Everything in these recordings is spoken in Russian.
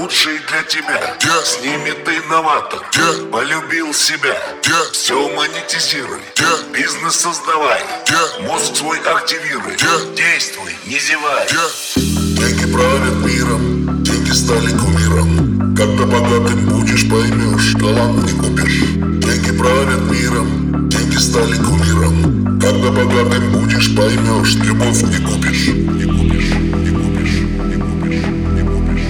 лучшие для тебя. С ними ты новатор, полюбил себя. Все монетизируй, бизнес создавай, мозг свой активируй, действуй, не зевай. Деньги правят миром, деньги стали кумиром. Когда богатым будешь, поймешь, талант не купишь. Деньги правят миром, деньги стали кумиром. Когда богатым будешь, поймешь, любовь не купишь. Не купишь, не купишь, не купишь, не купишь,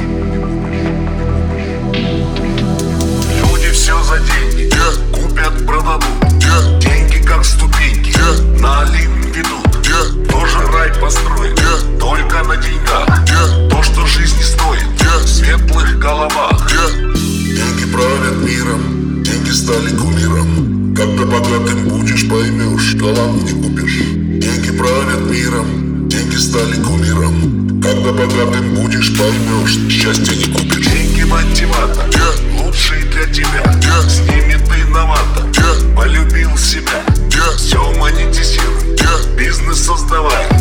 не купишь. Люди все за деньги купят, продадут. Деньги как ступеньки на Олимп ведут. Тоже рай построен только на деньгах. То, что жизни стоит в светлых головах. Деньги правят миром, деньги стали кумиром. Когда богатым будешь, поймешь, талант не купишь. Деньги правят миром, деньги стали кумиром. Когда богатым будешь, поймешь, счастья не купишь. Деньги мотиватор, лучшие для тебя. С ними ты новатор, полюбил себя. Все монетизируй, бизнес создавай,